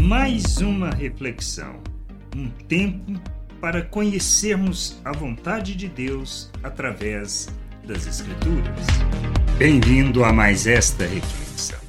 Mais uma reflexão, um tempo para conhecermos a vontade de Deus através das Escrituras. Bem-vindo a mais esta reflexão.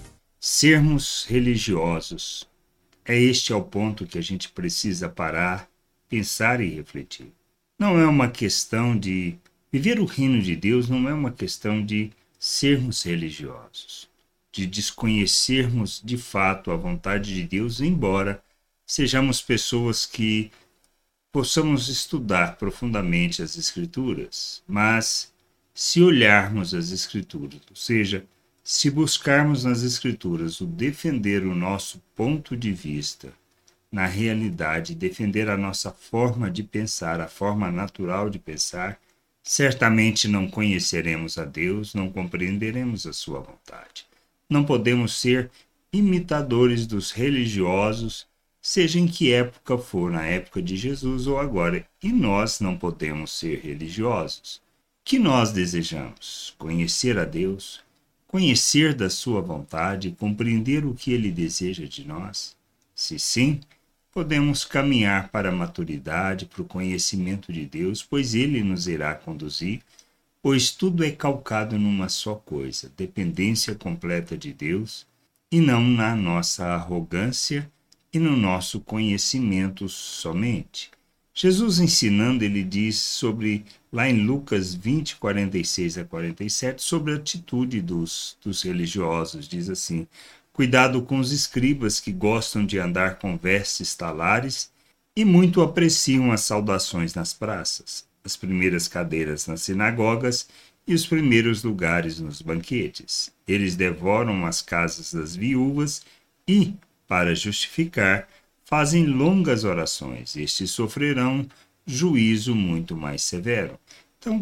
Sermos religiosos. Este é o ponto que a gente precisa parar, pensar e refletir. Não é uma questão de viver o reino de Deus, não é uma questão de sermos religiosos, de desconhecermos de fato a vontade de Deus, embora sejamos pessoas que possamos estudar profundamente as Escrituras, mas se olharmos as Escrituras, ou seja, se buscarmos nas Escrituras o defender o nosso ponto de vista, na realidade, defender a nossa forma de pensar, a forma natural de pensar, certamente não conheceremos a Deus, não compreenderemos a sua vontade. Não podemos ser imitadores dos religiosos, seja em que época for, na época de Jesus ou agora, e nós não podemos ser religiosos. O que nós desejamos? Conhecer a Deus, conhecer da sua vontade, compreender o que ele deseja de nós? Se sim, podemos caminhar para a maturidade, para o conhecimento de Deus, pois ele nos irá conduzir, pois tudo é calcado numa só coisa, dependência completa de Deus, e não na nossa arrogância e no nosso conhecimento somente. Jesus ensinando, ele diz sobre, lá em Lucas 20, 46 a 47, sobre a atitude dos religiosos, diz assim: cuidado com os escribas que gostam de andar com vestes talares e muito apreciam as saudações nas praças, as primeiras cadeiras nas sinagogas e os primeiros lugares nos banquetes. Eles devoram as casas das viúvas e, para justificar, fazem longas orações. Estes sofrerão juízo muito mais severo. Então,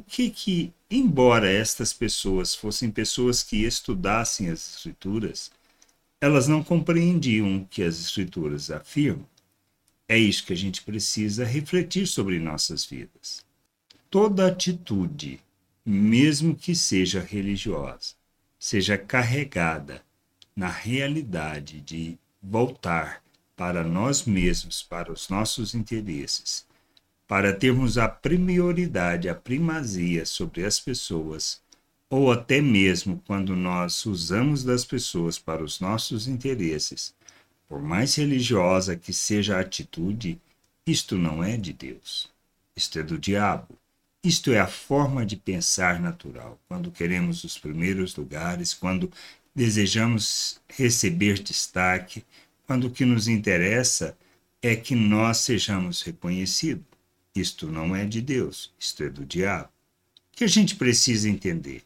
embora estas pessoas fossem pessoas que estudassem as Escrituras, elas não compreendiam o que as Escrituras afirmam. É isso que a gente precisa refletir sobre nossas vidas. Toda atitude, mesmo que seja religiosa, seja carregada na realidade de voltar para nós mesmos, para os nossos interesses, para termos a prioridade, a primazia sobre as pessoas, ou até mesmo quando nós usamos das pessoas para os nossos interesses, por mais religiosa que seja a atitude, isto não é de Deus. Isto é do diabo. Isto é a forma de pensar natural. Quando queremos os primeiros lugares, quando desejamos receber destaque, quando o que nos interessa é que nós sejamos reconhecidos. Isto não é de Deus, isto é do diabo. O que a gente precisa entender?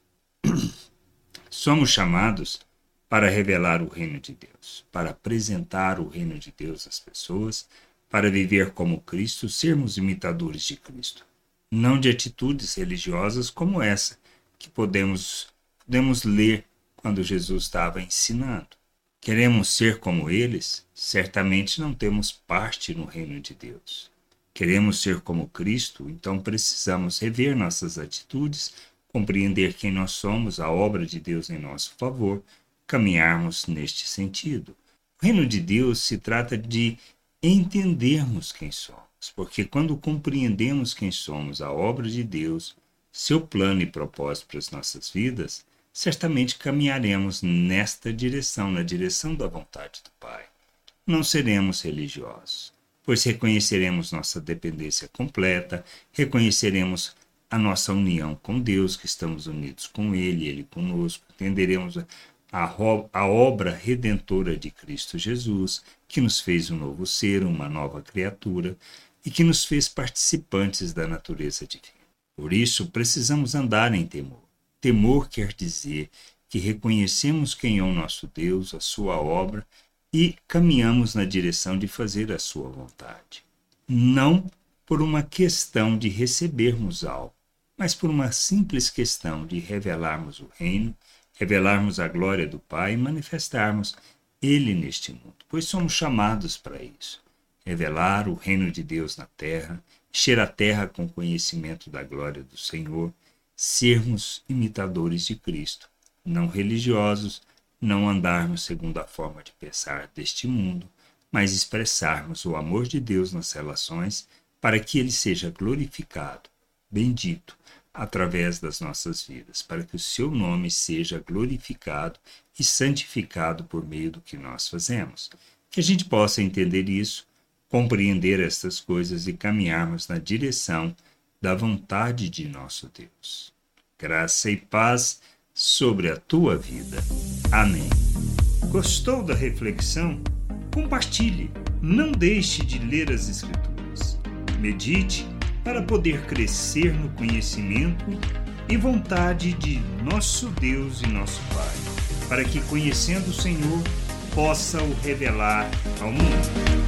Somos chamados para revelar o reino de Deus, para apresentar o reino de Deus às pessoas, para viver como Cristo, sermos imitadores de Cristo. Não de atitudes religiosas como essa, que podemos ler quando Jesus estava ensinando. Queremos ser como eles? Certamente não temos parte no reino de Deus. Queremos ser como Cristo? Então precisamos rever nossas atitudes, compreender quem nós somos, a obra de Deus em nosso favor, caminharmos neste sentido. O reino de Deus se trata de entendermos quem somos, porque quando compreendemos quem somos, a obra de Deus, seu plano e propósito para as nossas vidas, certamente caminharemos nesta direção, na direção da vontade do Pai. Não seremos religiosos, pois reconheceremos nossa dependência completa, reconheceremos a nossa união com Deus, que estamos unidos com Ele, Ele conosco, entenderemos a obra redentora de Cristo Jesus, que nos fez um novo ser, uma nova criatura, e que nos fez participantes da natureza divina. Por isso, precisamos andar em temor. Temor quer dizer que reconhecemos quem é o nosso Deus, a sua obra, e caminhamos na direção de fazer a sua vontade. Não por uma questão de recebermos algo, mas por uma simples questão de revelarmos o reino, revelarmos a glória do Pai e manifestarmos Ele neste mundo, pois somos chamados para isso. Revelar o reino de Deus na terra, encher a terra com conhecimento da glória do Senhor, sermos imitadores de Cristo, não religiosos, não andarmos segundo a forma de pensar deste mundo, mas expressarmos o amor de Deus nas relações para que Ele seja glorificado, bendito, através das nossas vidas, para que o seu nome seja glorificado e santificado por meio do que nós fazemos. Que a gente possa entender isso, compreender estas coisas e caminharmos na direção da vontade de nosso Deus. Graça e paz sobre a tua vida. Amém. Gostou da reflexão? Compartilhe. Não deixe de ler as Escrituras. Medite para poder crescer no conhecimento e vontade de nosso Deus e nosso Pai, para que, conhecendo o Senhor, possa o revelar ao mundo.